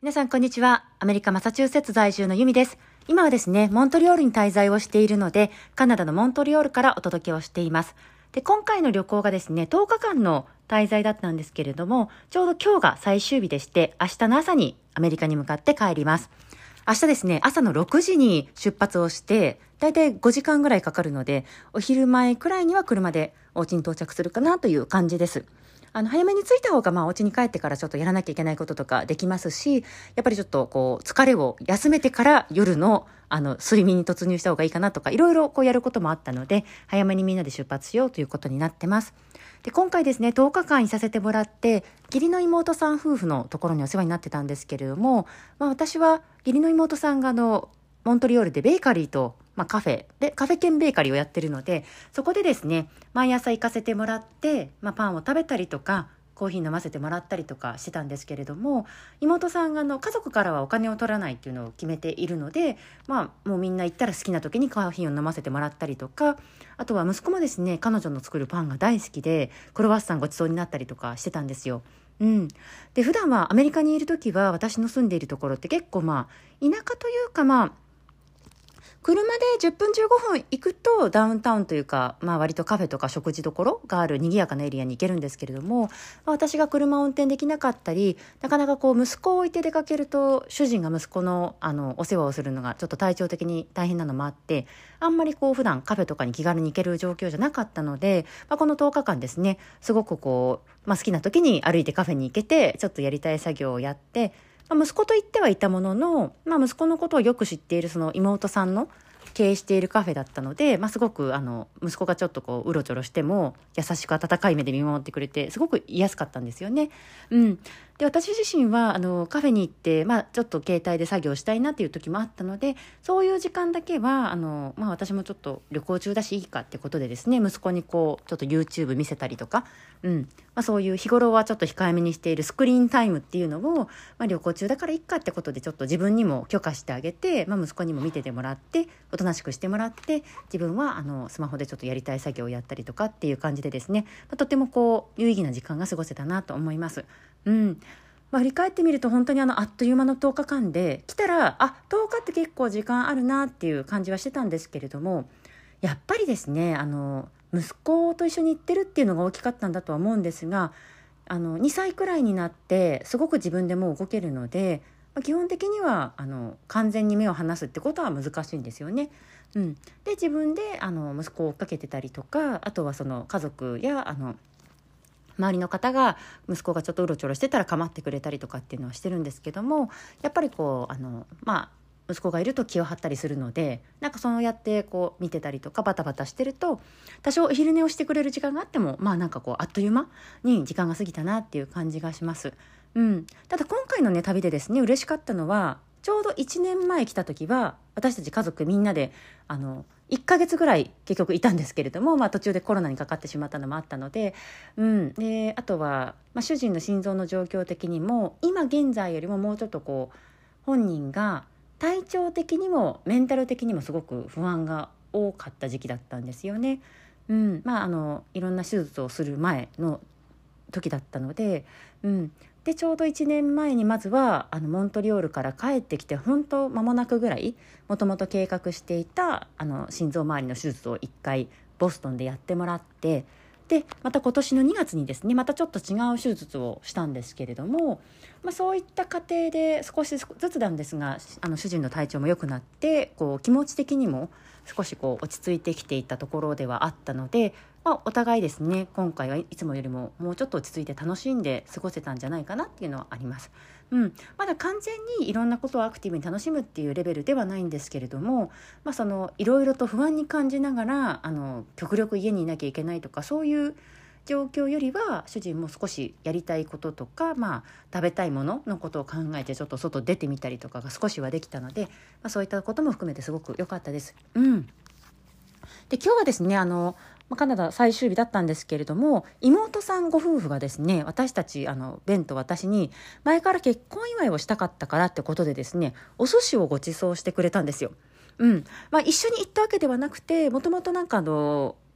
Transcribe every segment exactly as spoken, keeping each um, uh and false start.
皆さんこんにちは。アメリカマサチューセッツ在住のユミです。今はですね、モントリオールに滞在をしているので、カナダのモントリオールからお届けをしています。で、今回の旅行がですね、とおかかんの滞在だったんですけれども、ちょうど今日が最終日でして、明日の朝にアメリカに向かって帰ります。明日ですね、朝のろくじに出発をして、だいたいごじかんぐらいかかるので、お昼前くらいには車でお家に到着するかなという感じです。あの早めに着いた方がまあお家に帰ってからちょっとやらなきゃいけないこととかできますし、やっぱりちょっとこう疲れを休めてから夜のあの睡眠に突入した方がいいかなとか、いろいろこうやることもあったので、早めにみんなで出発しようということになってます。で、今回ですね、とおかかんいさせてもらって、義理の妹さん夫婦のところにお世話になってたんですけれども、まあ私は義理の妹さんがあのモントリオールでベーカリーとまあ、カフェで、カフェ兼ベーカリーをやってるので、そこでですね、毎朝行かせてもらって、まあ、パンを食べたりとか、コーヒー飲ませてもらったりとかしてたんですけれども、妹さんがあの家族からはお金を取らないっていうのを決めているので、まあもうみんな行ったら好きな時にコーヒーを飲ませてもらったりとか、あとは息子もですね、彼女の作るパンが大好きで、クロワッサンごちそうになったりとかしてたんですよ。うん、で普段はアメリカにいる時は、私の住んでいるところって結構まあ田舎というかまあ車でじゅっぷんじゅうごふん行くとダウンタウンというか、まあ割とカフェとか食事どころがある賑やかなエリアに行けるんですけれども、まあ、私が車を運転できなかったり、なかなかこう息子を置いて出かけると、主人が息子のあのお世話をするのがちょっと体調的に大変なのもあって、あんまりこう普段カフェとかに気軽に行ける状況じゃなかったので、まあ、このとおかかんですね、すごくこう、まあ、好きな時に歩いてカフェに行けて、ちょっとやりたい作業をやって、まあ、息子と言ってはいたものの、まあ、息子のことをよく知っているその妹さんの経営しているカフェだったので、まあ、すごくあの息子がちょっとこううろちょろしても優しく温かい目で見守ってくれて、すごく居やすかったんですよね。うん、で私自身はあのカフェに行って、まあ、ちょっと携帯で作業したいなっていう時もあったので、そういう時間だけはあの、まあ、私もちょっと旅行中だしいいかってことでですね、息子にこうちょっと YouTube 見せたりとか、うんまあ、そういう日頃はちょっと控えめにしているスクリーンタイムっていうのを、まあ、旅行中だからいいかってことでちょっと自分にも許可してあげて、まあ、息子にも見ててもらっておとなしくしてもらって、自分はあのスマホでちょっとやりたい作業をやったりとかっていう感じでですね、まあ、とてもこう有意義な時間が過ごせたなと思います。うんまあ、振り返ってみると本当にあのあっという間のとおかかんで、来たらあとおかって結構時間あるなっていう感じはしてたんですけれども、やっぱりですね、あの息子と一緒に行ってるっていうのが大きかったんだとは思うんですが、あのにさいくらいになってすごく自分でもう動けるので、まあ、基本的にはあの完全に目を離すってことは難しいんですよね。うん、で自分であの息子を追っかけてたりとか、あとはその家族やあの周りの方が息子がちょっとうろちょろしてたら構ってくれたりとかっていうのはしてるんですけども、やっぱりこうあのまあ息子がいると気を張ったりするので、なんかそうやってこう見てたりとかバタバタしてると、多少昼寝をしてくれる時間があっても、まあなんかこうあっという間に時間が過ぎたなっていう感じがします。うん、ただ今回のね旅でですね、嬉しかったのは、ちょうどいちねんまえ来た時は私たち家族みんなであのいっかげつぐらい結局いたんですけれども、まあ、途中でコロナにかかってしまったのもあったので、うん、であとは、まあ、主人の心臓の状況的にも今現在よりももうちょっとこう本人が体調的にもメンタル的にもすごく不安が多かった時期だったんですよね。うんまあ、あのいろんな手術をする前の時だったので、うん、でちょうどいちねんまえにまずはあのモントリオールから帰ってきて本当間もなくぐらい、もともと計画していたあの心臓周りの手術をいっかいボストンでやってもらって、でまた今年のにがつにですね、またちょっと違う手術をしたんですけれども、まあ、そういった過程で少しずつなんですが、あの主人の体調も良くなって、こう気持ち的にも少しこう落ち着いてきていたところではあったので、まあ、お互いですね、今回はいつもよりももうちょっと落ち着いて楽しんで過ごせたんじゃないかなっていうのはあります。うん、まだ完全にいろんなことをアクティブに楽しむっていうレベルではないんですけれども、まあ、そのいろいろと不安に感じながらあの極力家にいなきゃいけないとか、そういう状況よりは主人も少しやりたいこととか、まあ、食べたいもののことを考えてちょっと外出てみたりとかが少しはできたので、まあ、そういったことも含めてすごく良かったです。うん、で今日はですね、あのカナダ最終日だったんですけれども、妹さんご夫婦がですね、私たちあのベンと私に前から結婚祝いをしたかったからってことでですね、お寿司をご馳走してくれたんですよ。うんまあ、一緒に行ったわけではなくて、もともとなんかあの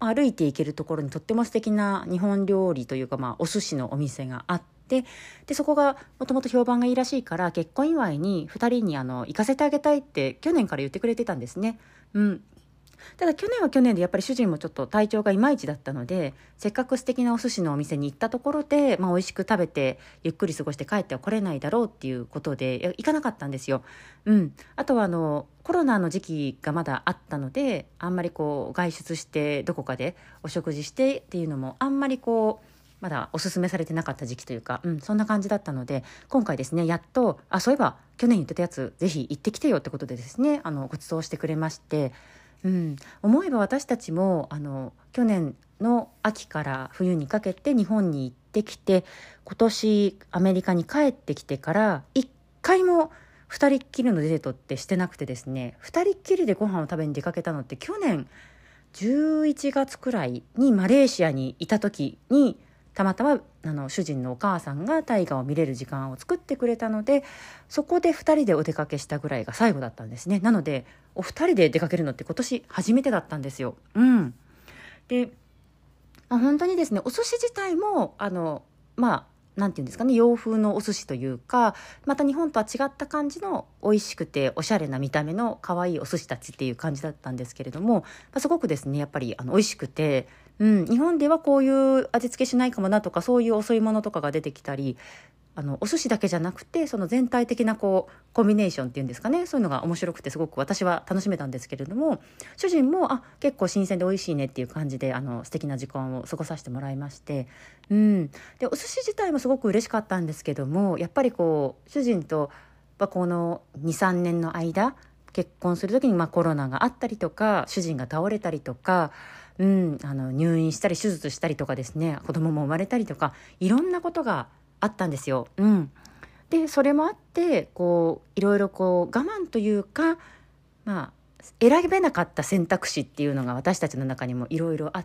歩いて行けるところにとっても素敵な日本料理というか、まあ、お寿司のお店があって、でそこがもともと評判がいいらしいから、結婚祝いにふたりにあの行かせてあげたいって去年から言ってくれてたんですね。うん。ただ去年は去年でやっぱり主人もちょっと体調がいまいちだったので、せっかく素敵なお寿司のお店に行ったところで、まあ、美味しく食べてゆっくり過ごして帰っては来れないだろうっていうことで行かなかったんですよ。うん。あとはあのコロナの時期がまだあったので、あんまりこう外出してどこかでお食事してっていうのもあんまりこうまだおすすめされてなかった時期というか、うん、そんな感じだったので、今回ですね、やっと、あ、そういえば去年言ってたやつぜひ行ってきてよってことでですね、あのご馳走してくれまして、うん、思えば私たちもあの去年の秋から冬にかけて日本に行ってきて、今年アメリカに帰ってきてから一回も二人っきりのデートってしてなくてですね、二人っきりでご飯を食べに出かけたのって去年じゅういちがつくらいにマレーシアにいた時に、たまたまあの主人のお母さんが大河を見れる時間を作ってくれたので、そこでふたりでお出かけしたぐらいが最後だったんですね。なのでお二人で出かけるのって今年初めてだったんですよ。うん。で、まあ、本当にですね、お寿司自体もあのまあなんていうんですかね、洋風のお寿司というか、また日本とは違った感じの美味しくておしゃれな見た目の可愛いお寿司たちっていう感じだったんですけれども、まあ、すごくですねやっぱりあの美味しくて、うん、日本ではこういう味付けしないかもなとか、そういうお吸い物とかが出てきたり、あのお寿司だけじゃなくてその全体的なこうコンビネーションっていうんですかね、そういうのが面白くてすごく私は楽しめたんですけれども、主人もあ結構新鮮で美味しいねっていう感じであの素敵な時間を過ごさせてもらいまして、うん、でお寿司自体もすごく嬉しかったんですけども、やっぱりこう主人とこの にさんねんの間結婚する時にまあコロナがあったりとか、主人が倒れたりとか、うん、あの入院したり手術したりとかですね、子供も生まれたりとか、いろんなことがあったんですよ。うん、でそれもあってこういろいろこう我慢というか、まあ選べなかった選択肢っていうのが私たちの中にもいろいろあって、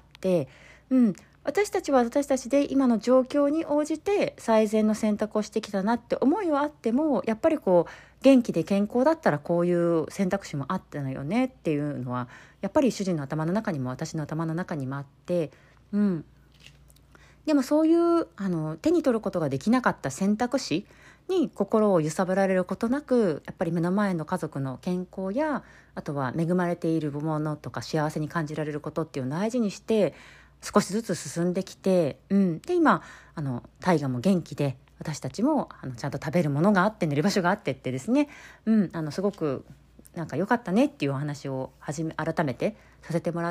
うん、私たちは私たちで今の状況に応じて最善の選択をしてきたなって思いはあっても、やっぱりこう元気で健康だったらこういう選択肢もあったのよねっていうのは、やっぱり主人の頭の中にも私の頭の中にもあって、うん、でもそういうあの手に取ることができなかった選択肢に心を揺さぶられることなく、やっぱり目の前の家族の健康や、あとは恵まれているものとか幸せに感じられることっていうのを大事にして少しずつ進んできて、うん、で今あの大河も元気で、私たちもあのちゃんと食べるものがあって寝る場所があってってですね、うん、あのすごくなんか良かったねっていうお話をはじめ改めてさせてもらって、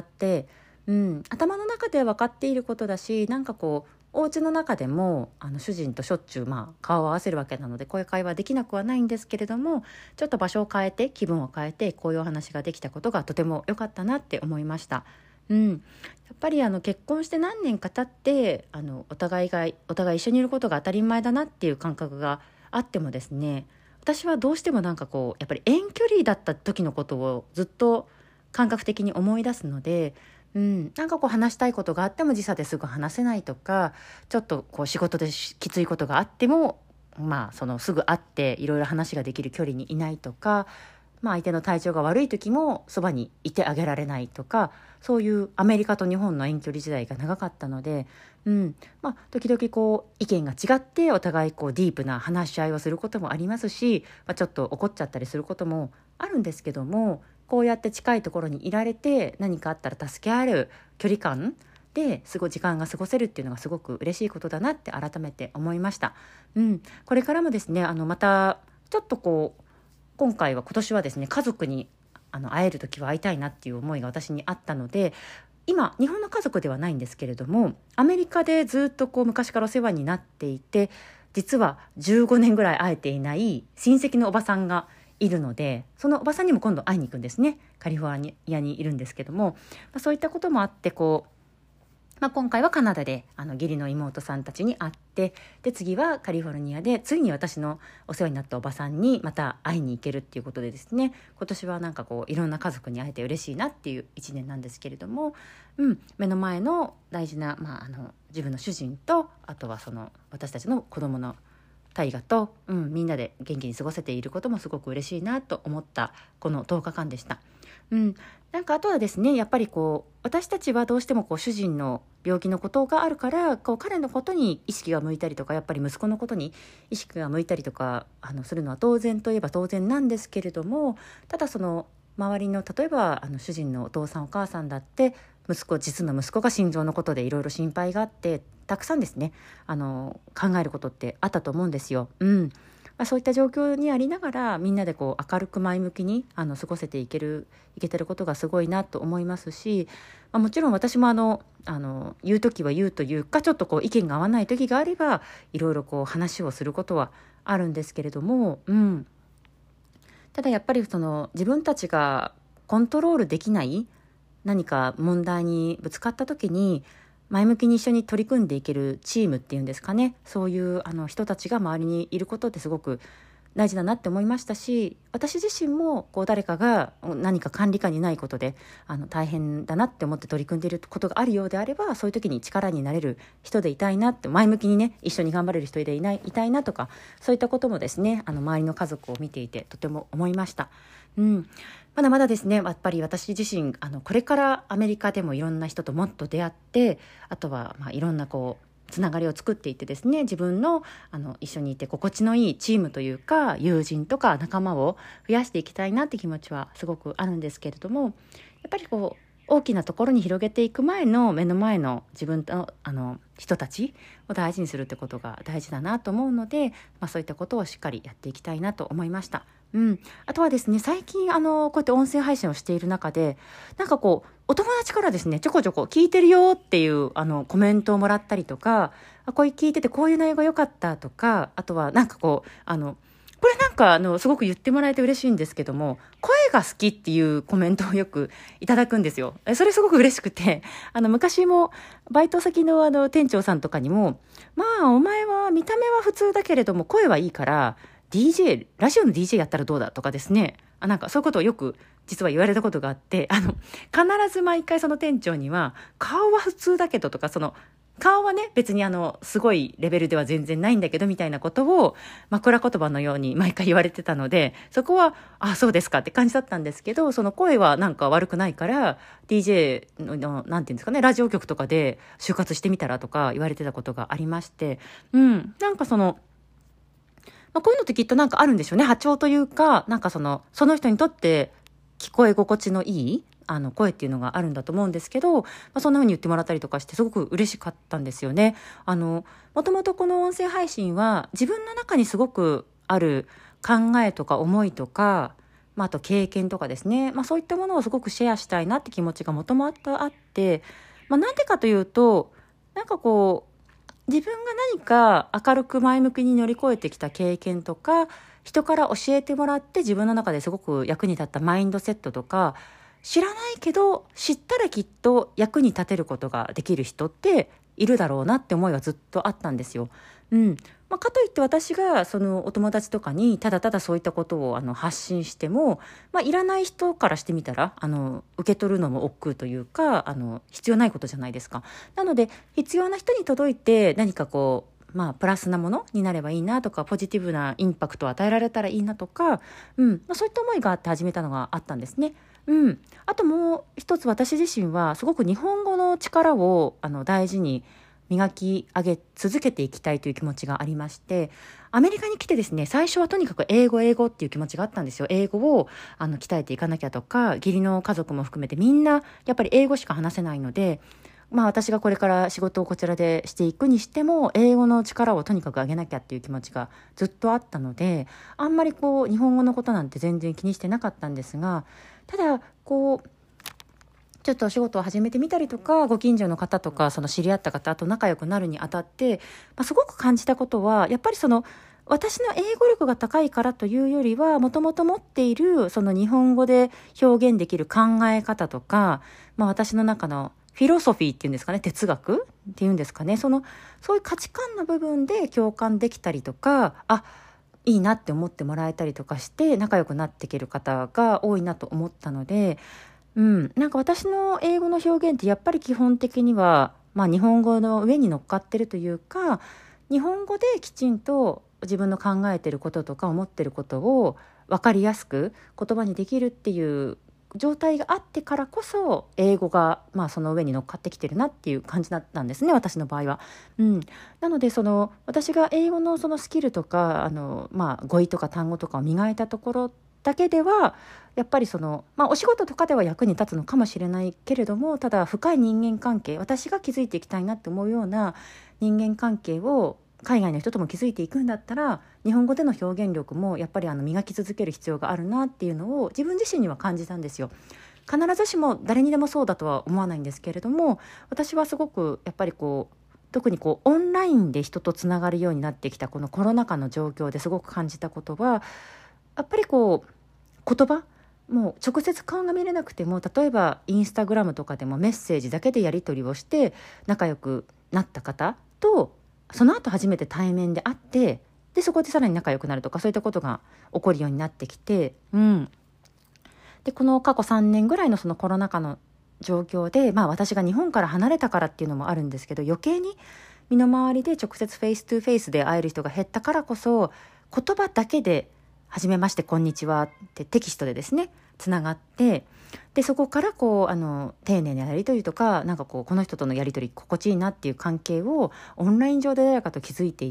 うん、頭の中で分かっていることだし、なんかこうお家の中でもあの主人としょっちゅう、まあ、顔を合わせるわけなのでこういう会話できなくはないんですけれども、ちょっと場所を変えて気分を変えてこういうお話ができたことがとても良かったなって思いました。うん、やっぱりあの結婚して何年か経ってあのお互いがお互い一緒にいることが当たり前だなっていう感覚があってもですね、私はどうしてもなんかこうやっぱり遠距離だった時のことをずっと感覚的に思い出すので、うん、なんかこう話したいことがあっても時差ですぐ話せないとか、ちょっとこう仕事できついことがあっても、まあ、そのすぐ会っていろいろ話ができる距離にいないとか、まあ、相手の体調が悪い時もそばにいてあげられないとか、そういうアメリカと日本の遠距離時代が長かったので、うんまあ、時々こう意見が違ってお互いこうディープな話し合いをすることもありますし、まあ、ちょっと怒っちゃったりすることもあるんですけども、こうやって近いところにいられて何かあったら助け合える距離感ですごい時間が過ごせるっていうのがすごく嬉しいことだなって改めて思いました。うん、これからもですね、あのまたちょっとこう今回は今年はですね、家族にあの会える時は会いたいなっていう思いが私にあったので、今日本の家族ではないんですけれども、アメリカでずっとこう昔からお世話になっていて、実はじゅうごねんぐらい会えていない親戚のおばさんがいるので、そのおばさんにも今度会いに行くんですね。カリフォルニアにいるんですけども、まあ、そういったこともあってこうまあ、今回はカナダであの義理の妹さんたちに会って、で次はカリフォルニアでついに私のお世話になったおばさんにまた会いに行けるっていうことでですね、今年はなんかこういろんな家族に会えて嬉しいなっていう一年なんですけれども、うん、目の前の大事な、まあ、あの自分の主人と、あとはその私たちの子供の大河と、うん、みんなで元気に過ごせていることもすごく嬉しいなと思ったこのとおかかんでした。 うん、なんかあとはですね、やっぱりこう私たちはどうしてもこう主人の病気のことがあるからこう彼のことに意識が向いたりとか、やっぱり息子のことに意識が向いたりとかあのするのは当然といえば当然なんですけれども、ただその周りの例えばあの主人のお父さんお母さんだって息子実の息子が心臓のことでいろいろ心配があってたくさんですねあの考えることってあったと思うんですよ。うんまあ、そういった状況にありながらみんなでこう明るく前向きにあの過ごせていけるいけてることがすごいなと思いますし、まあ、もちろん私もあのあの言う時は言うというか、ちょっとこう意見が合わない時があればいろいろこう話をすることはあるんですけれども、うん、ただやっぱりその自分たちがコントロールできない何か問題にぶつかった時に前向きに一緒に取り組んでいけるチームっていうんですかね、そういうあの人たちが周りにいることってすごく大事だなって思いましたし、私自身もこう誰かが何か管理下にないことであの大変だなって思って取り組んでいることがあるようであれば、そういう時に力になれる人でいたいなって、前向きにね一緒に頑張れる人でいないいたいなとか、そういったこともですねあの周りの家族を見ていてとても思いました。うん、まだまだですねやっぱり私自身あのこれからアメリカでもいろんな人ともっと出会って、あとはまあいろんなこうつながりを作っていってですね、自分のあの一緒にいて心地のいいチームというか友人とか仲間を増やしていきたいなって気持ちはすごくあるんですけれども、やっぱりこう大きなところに広げていく前の目の前の自分とあの人たちを大事にするってことが大事だなと思うので、まあ、そういったことをしっかりやっていきたいなと思いました。うん、あとはですね、最近あのこうやって音声配信をしている中でなんかこうお友達からですねちょこちょこ聞いてるよっていうあのコメントをもらったりとか、あこういう聞いててこういう内容が良かったとか、あとはなんかこうあのこれなんかあのすごく言ってもらえて嬉しいんですけども、声が好きっていうコメントをよくいただくんですよ。えそれすごく嬉しくて、あの昔もバイト先のあの店長さんとかにも、まあお前は見た目は普通だけれども声はいいからディージェー ラジオの ディージェー やったらどうだとかですね、あなんかそういうことをよく実は言われたことがあって、あの必ず毎回その店長には顔は普通だけどとか、その顔はね別にあのすごいレベルでは全然ないんだけどみたいなことを枕言葉のように毎回言われてたので、そこはあそうですかって感じだったんですけど、その声はなんか悪くないから ディージェー のなんていうんですかね、ラジオ局とかで就活してみたらとか言われてたことがありまして、うんなんかそのまあ、こういうのってきっとなんかあるんでしょうね。波長というか、なんかその、その人にとって聞こえ心地のいいあの声っていうのがあるんだと思うんですけど、まあ、そんな風に言ってもらったりとかしてすごく嬉しかったんですよね。あの、もともとこの音声配信は自分の中にすごくある考えとか思いとか、まあ、あと経験とかですね、まあ、そういったものをすごくシェアしたいなって気持ちがもともとあって、まあ、なんでかというと、なんかこう、自分が何か明るく前向きに乗り越えてきた経験とか、人から教えてもらって自分の中ですごく役に立ったマインドセットとか、知らないけど知ったらきっと役に立てることができる人っているだろうなって思いはずっとあったんですよ。うんまあ、かといって私がそのお友達とかにただただそういったことをあの発信しても、まあ、いらない人からしてみたらあの受け取るのも億劫というか、あの必要ないことじゃないですか。なので必要な人に届いて何かこうまあ、プラスなものになればいいなとか、ポジティブなインパクトを与えられたらいいなとか、うんまあ、そういった思いがあって始めたのがあったんですね。うん、あともう一つ私自身はすごく日本語の力をあの大事に磨き上げ続けていきたいという気持ちがありまして、アメリカに来てですね、最初はとにかく英語英語っていう気持ちがあったんですよ。英語をあの鍛えていかなきゃとか、義理の家族も含めてみんなやっぱり英語しか話せないので、まあ私がこれから仕事をこちらでしていくにしても英語の力をとにかく上げなきゃっていう気持ちがずっとあったので、あんまりこう日本語のことなんて全然気にしてなかったんですが、ただこうちょっとお仕事を始めてみたりとか、ご近所の方とかその知り合った方と仲良くなるにあたって、まあ、すごく感じたことはやっぱりその私の英語力が高いからというよりは、もともと持っているその日本語で表現できる考え方とか、まあ、私の中のフィロソフィーっていうんですかね、哲学っていうんですかね、そのそういう価値観の部分で共感できたりとか、あいいなって思ってもらえたりとかして仲良くなっていける方が多いなと思ったので、うん、なんか私の英語の表現ってやっぱり基本的には、まあ、日本語の上に乗っかってるというか、日本語できちんと自分の考えてることとか思ってることを分かりやすく言葉にできるっていう状態があってからこそ英語が、まあ、その上に乗っかってきてるなっていう感じだったんですね、私の場合は。うん、なのでその私が英語のそのスキルとかあの、まあ、語彙とか単語とかを磨いたところだけではやっぱりその、まあ、お仕事とかでは役に立つのかもしれないけれども、ただ深い人間関係、私が築いていきたいなって思うような人間関係を海外の人とも築いていくんだったら、日本語での表現力もやっぱりあの磨き続ける必要があるなっていうのを自分自身には感じたんですよ。必ずしも誰にでもそうだとは思わないんですけれども、私はすごくやっぱりこう特にこうオンラインで人とつながるようになってきたこのコロナ禍の状況ですごく感じたことは、やっぱりこう言葉もう直接顔が見れなくても、例えばインスタグラムとかでもメッセージだけでやり取りをして仲良くなった方とその後初めて対面で会って、でそこでさらに仲良くなるとか、そういったことが起こるようになってきて、うん、でこの過去さんねんぐらいのそのコロナ禍の状況で、まあ、私が日本から離れたからっていうのもあるんですけど、余計に身の回りで直接フェイストゥフェイスで会える人が減ったからこそ、言葉だけではじめましてこんにちはってテキストでですねつながって、でそこからこうあの丁寧なやり取りとか、なんかこうこの人とのやり取り心地いいなっていう関係をオンライン上で誰かと築いていって、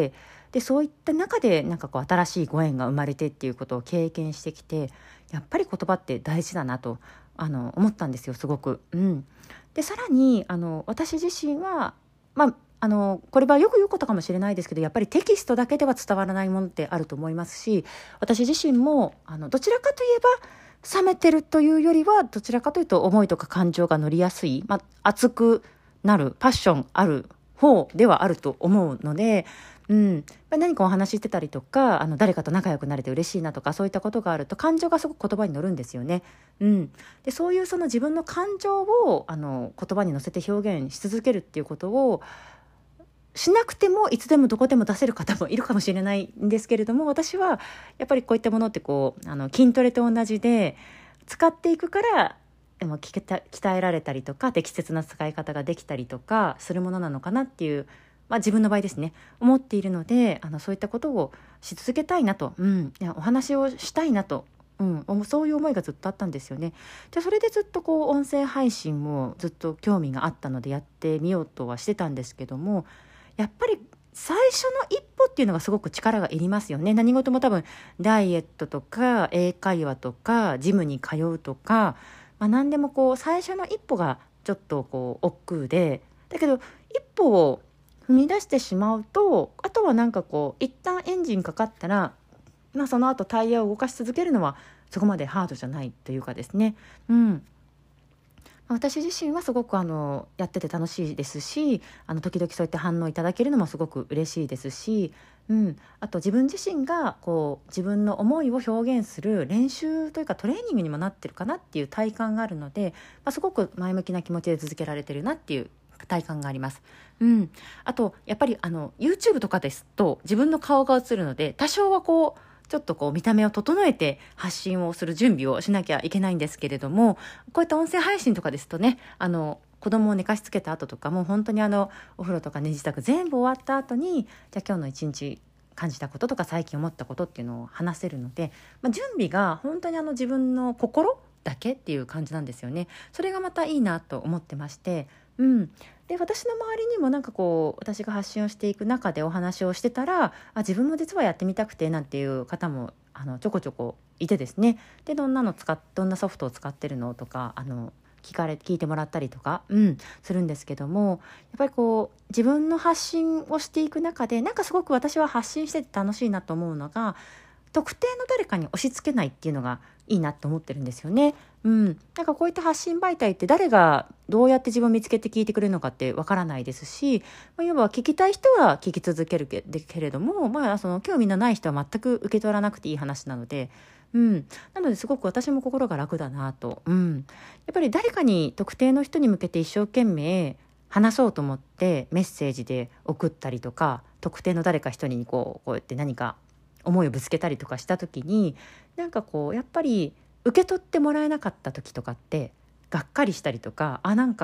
でそういった中でなんかこう新しいご縁が生まれてっていうことを経験してきて、やっぱり言葉って大事だなとあの思ったんですよ、すごく。うん、でさらにあの私自身はまああのこれはよく言うことかもしれないですけど、やっぱりテキストだけでは伝わらないものってあると思いますし、私自身もあのどちらかといえば冷めてるというよりはどちらかというと思いとか感情が乗りやすい、まあ、熱くなるパッションある方ではあると思うので、うん、何かお話ししてたりとか、あの誰かと仲良くなれて嬉しいなとか、そういったことがあると感情がすごく言葉に乗るんですよね。うん、でそういうその自分の感情をあの言葉に乗せて表現し続けるっていうことをしなくてもいつでもどこでも出せる方もいるかもしれないんですけれども、私はやっぱりこういったものってこうあの筋トレと同じで、使っていくからでも鍛えられたりとか適切な使い方ができたりとかするものなのかなっていう、まあ、自分の場合ですね思っているので、あのそういったことをし続けたいなと、うん、いやお話をしたいなと、うん、そういう思いがずっとあったんですよね。でそれでずっとこう音声配信もずっと興味があったのでやってみようとはしてたんですけども、やっぱり最初の一歩っていうのがすごく力がいりますよね。何事も多分ダイエットとか英会話とかジムに通うとか、まあ、何でもこう最初の一歩がちょっとこう億劫で、だけど一歩を踏み出してしまうと、あとはなんかこう一旦エンジンかかったら、まあ、その後タイヤを動かし続けるのはそこまでハードじゃないというかですね、うん私自身はすごくあのやってて楽しいですし、あの時々そういった反応いただけるのもすごく嬉しいですし、うん、あと自分自身がこう自分の思いを表現する練習というかトレーニングにもなってるかなっていう体感があるので、まあ、すごく前向きな気持ちで続けられてるなっていう体感があります。うん、あとやっぱりあの YouTube とかですと自分の顔が映るので、多少はこうちょっとこう見た目を整えて発信をする準備をしなきゃいけないんですけれども、こういった音声配信とかですとね、あの子供を寝かしつけた後とかも本当にあのお風呂とか寝支度全部終わった後に、じゃあ今日の一日感じたこととか最近思ったことっていうのを話せるので、まあ、準備が本当にあの自分の心だけっていう感じなんですよね。それがまたいいなと思ってまして、うん、で私の周りにもなんかこう私が発信をしていく中でお話をしてたら、あ自分も実はやってみたくてなんていう方もあのちょこちょこいてですね、でどんなの使っどんなソフトを使ってるのとかあの聞かれ聞いてもらったりとか、うん、するんですけども、やっぱりこう自分の発信をしていく中でなんかすごく私は発信してて楽しいなと思うのが、特定の誰かに押し付けないっていうのがいいなと思ってるんですよね。うん、なんかこういった発信媒体って誰がどうやって自分を見つけて聞いてくれるのかってわからないですし、まあ、要は聞きたい人は聞き続けるけけれども、まあ、その興味のない人は全く受け取らなくていい話なので、うん、なのですごく私も心が楽だなと、うん、やっぱり誰かに特定の人に向けて一生懸命話そうと思ってメッセージで送ったりとか、特定の誰か人にこうこうやって何か思いをぶつけたりとかした時に、なんかこうやっぱり受け取ってもらえなかった時とかってがっかりしたりとか、あなんか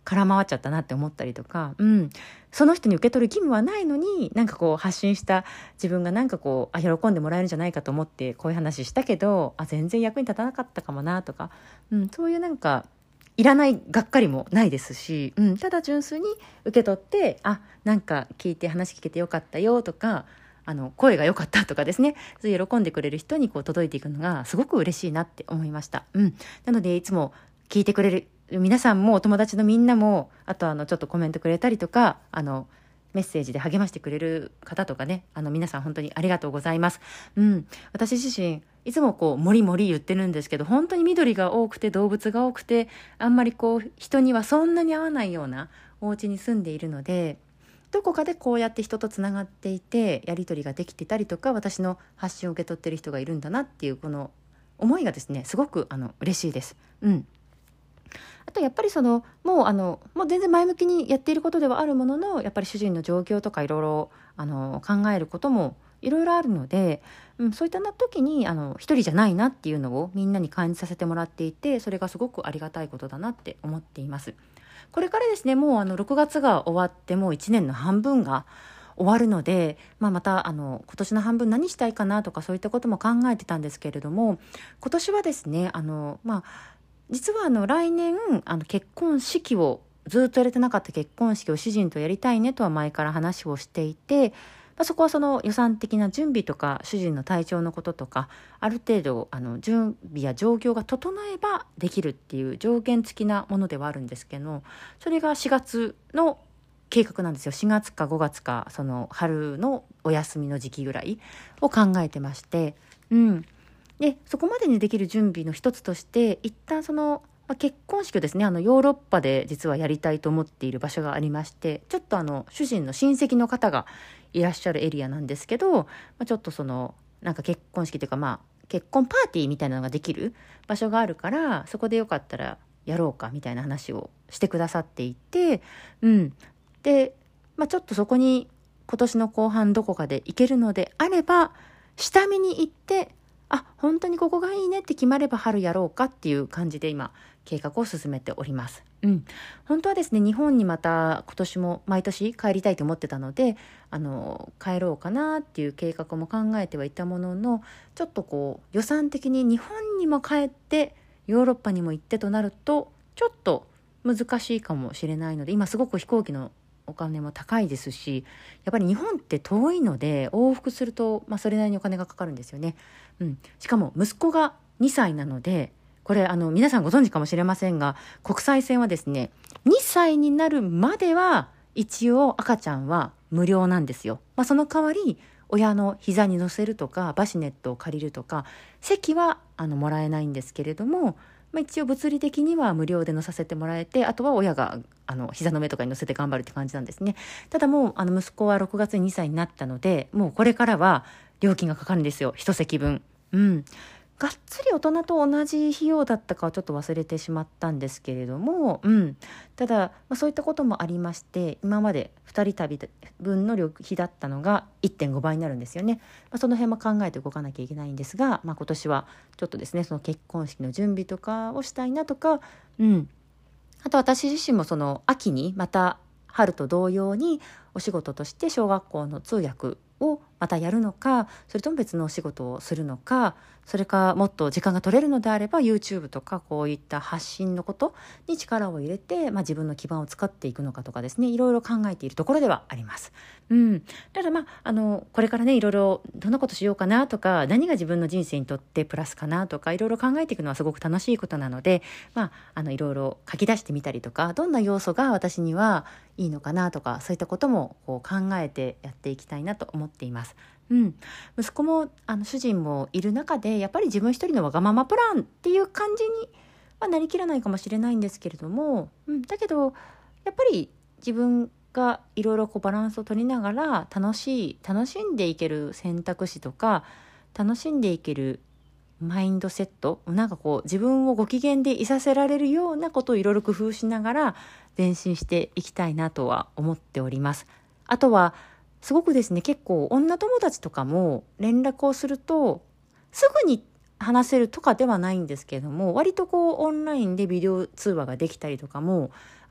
空回っちゃったなって思ったりとか、うん、その人に受け取る義務はないのになんかこう発信した自分がなんかこうあ喜んでもらえるんじゃないかと思ってこういう話したけど、あ全然役に立たなかったかもなとか、うん、そういうなんかいらないがっかりもないですし、うん、ただ純粋に受け取ってあなんか聞いて話聞けてよかったよとか、あの声が良かったとかですね、そういう喜んでくれる人にこう届いていくのがすごく嬉しいなって思いました。うん、なのでいつも聞いてくれる皆さんもお友達のみんなも、あとあのちょっとコメントくれたりとか、あのメッセージで励ましてくれる方とかね、あの皆さん本当にありがとうございます。うん、私自身いつもこうもりもり言ってるんですけど、本当に緑が多くて動物が多くて、あんまりこう人にはそんなに合わないようなお家に住んでいるので、どこかでこうやって人とつながっていてやり取りができてたりとか、私の発信を受け取ってる人がいるんだなっていうこの思いがですね、すごくあの嬉しいです。うん。あとやっぱりそのもうあのもう全然前向きにやっていることではあるものの、やっぱり主人の状況とかいろいろあの考えることもいろいろあるので、うん、そういった時にあの一人じゃないなっていうのをみんなに感じさせてもらっていて、それがすごくありがたいことだなって思っています。これからですね、もうあのろくがつが終わってもういちねんの半分が終わるので、まあ、またあの今年の半分何したいかなとかそういったことも考えてたんですけれども、今年はですねあのまあ実はあの来年あの結婚式をずっとやれてなかった結婚式を主人とやりたいねとは前から話をしていて、まあ、そこはその予算的な準備とか主人の体調のこととかある程度あの準備や状況が整えばできるっていう条件付きなものではあるんですけど、それがしがつの計画なんですよ。しがつかごがつかその春のお休みの時期ぐらいを考えてまして、うんでそこまでにできる準備の一つとして一旦その、まあ、結婚式をですねあのヨーロッパで実はやりたいと思っている場所がありまして、ちょっとあの主人の親戚の方がいらっしゃるエリアなんですけど、まあ、ちょっとそのなんか結婚式というかまあ結婚パーティーみたいなのができる場所があるから、そこでよかったらやろうかみたいな話をしてくださっていて、うんで、まあ、ちょっとそこに今年の後半どこかで行けるのであれば下見に行って、あ本当にここがいいねって決まれば春やろうかっていう感じで今計画を進めております。うん、本当はですね日本にまた今年も毎年帰りたいと思ってたので、あの帰ろうかなっていう計画も考えてはいたものの、ちょっとこう予算的に日本にも帰ってヨーロッパにも行ってとなるとちょっと難しいかもしれないので、今すごく飛行機のお金も高いですし、やっぱり日本って遠いので往復すると、まあ、それなりにお金がかかるんですよね。うん、しかも息子がにさいなので、これあの皆さんご存知かもしれませんが、国際線はですねにさいになるまでは一応赤ちゃんは無料なんですよ。まあ、その代わり親の膝に乗せるとかバシネットを借りるとか席はあのもらえないんですけれども、まあ、一応物理的には無料で乗させてもらえて、あとは親があの膝の上とかに乗せて頑張るって感じなんですね。ただもうあの息子はろくがつににさいになったので、もうこれからは料金がかかるんですよ、一席分。うん、がっつり大人と同じ費用だったかはちょっと忘れてしまったんですけれども、うん、ただ、まあ、そういったこともありまして、今までふたり旅分の旅費だったのが いってんご 倍になるんですよね。まあ、その辺も考えて動かなきゃいけないんですが、まあ、今年はちょっとですねその結婚式の準備とかをしたいなとか、うん、あと私自身もその秋にまた春と同様にお仕事として小学校の通訳をまたやるのか、それとも別のお仕事をするのか、それかもっと時間が取れるのであれば YouTube とかこういった発信のことに力を入れて、まあ、自分の基盤を使っていくのかとかですね、いろいろ考えているところではあります。うん、ただまああのこれからねいろいろどんなことしようかなとか、何が自分の人生にとってプラスかなとかいろいろ考えていくのはすごく楽しいことなので、まああのいろいろ書き出してみたりとか、どんな要素が私にはいいのかなとか、そういったこともこう考えてやっていきたいなと思っています。うん、息子もあの主人もいる中でやっぱり自分一人のわがままプランっていう感じにはなりきらないかもしれないんですけれども、うん、だけどやっぱり自分がいろいろこうバランスを取りながら楽しい楽しんでいける選択肢とか楽しんでいけるマインドセット、なんかこう自分をご機嫌でいさせられるようなことをいろいろ工夫しながら前進していきたいなとは思っております。あとはすごくですね、結構女友達とかも連絡をするとすぐに話せるとかではないんですけれども、割とこうオンラインでビデオ通話ができたりとかも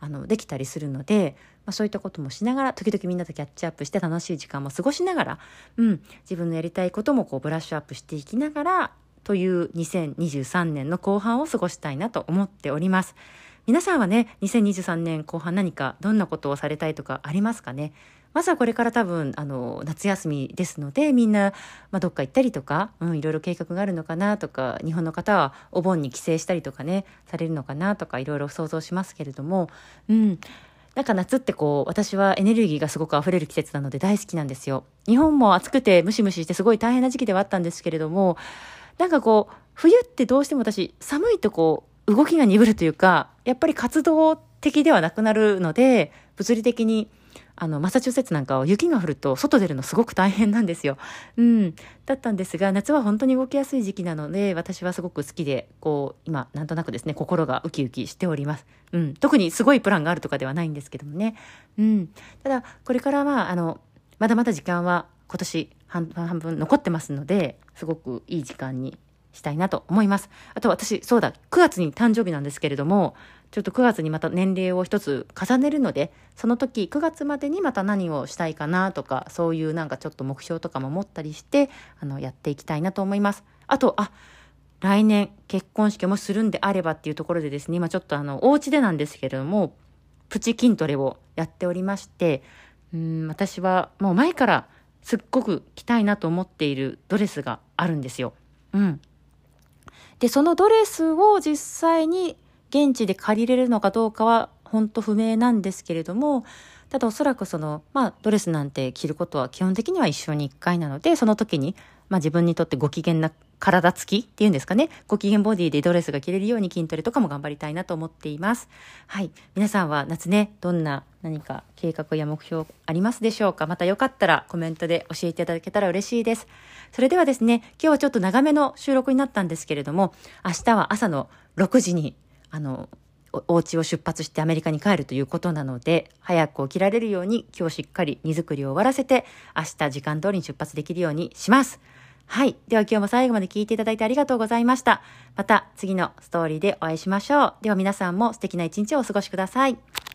あのできたりするので、まあ、そういったこともしながら、時々みんなとキャッチアップして楽しい時間も過ごしながら、うん、自分のやりたいこともこうブラッシュアップしていきながらというにせんにじゅうさんねんの後半を過ごしたいなと思っております。皆さんはね、にせんにじゅうさんねん後半何かどんなことをされたいとかありますかね。まずはこれから多分あの夏休みですので、みんな、まあ、どっか行ったりとか、うん、いろいろ計画があるのかなとか、日本の方はお盆に帰省したりとかねされるのかなとか、いろいろ想像しますけれども、うん、なんか夏ってこう、私はエネルギーがすごく溢れる季節なので大好きなんですよ。日本も暑くてムシムシしてすごい大変な時期ではあったんですけれども、なんかこう冬ってどうしても私寒いとこう動きが鈍るというか、やっぱり活動的ではなくなるので、物理的にあのマサチューセッツなんかは雪が降ると外出るのすごく大変なんですよ。うん。だったんですが、夏は本当に動きやすい時期なので、私はすごく好きで、こう今なんとなくですね、心がウキウキしております。うん。特にすごいプランがあるとかではないんですけどもね。うん。ただこれからはあのまだまだ時間は今年半分半分残ってますので、すごくいい時間にしたいなと思います。あと私、そうだ、くがつに誕生日なんですけれども、ちょっとくがつにまた年齢を一つ重ねるので、その時くがつまでにまた何をしたいかなとか、そういうなんかちょっと目標とかも持ったりして、あの、やっていきたいなと思います。あと、あ、来年結婚式をもしするんであればっていうところでですね、今ちょっとあの、お家でなんですけれども、プチ筋トレをやっておりまして、うーん、私はもう前からすっごく着たいなと思っているドレスがあるんですよ。うん。で、そのドレスを実際に現地で借りれるのかどうかは本当不明なんですけれども、ただおそらくその、まあドレスなんて着ることは基本的には一生に一回なので、その時に、まあ自分にとってご機嫌な体つきっていうんですかね、ご機嫌ボディでドレスが着れるように筋トレとかも頑張りたいなと思っています。はい。皆さんは夏ね、どんな何か計画や目標ありますでしょうか。またよかったらコメントで教えていただけたら嬉しいです。それではですね、今日はちょっと長めの収録になったんですけれども、明日は朝のろくじに、あの、おお家を出発してアメリカに帰るということなので、早く起きられるように今日しっかり荷造りを終わらせて、明日時間通りに出発できるようにします。はい。では今日も最後まで聞いていただいてありがとうございました。また次のストーリーでお会いしましょう。では皆さんも素敵な一日をお過ごしください。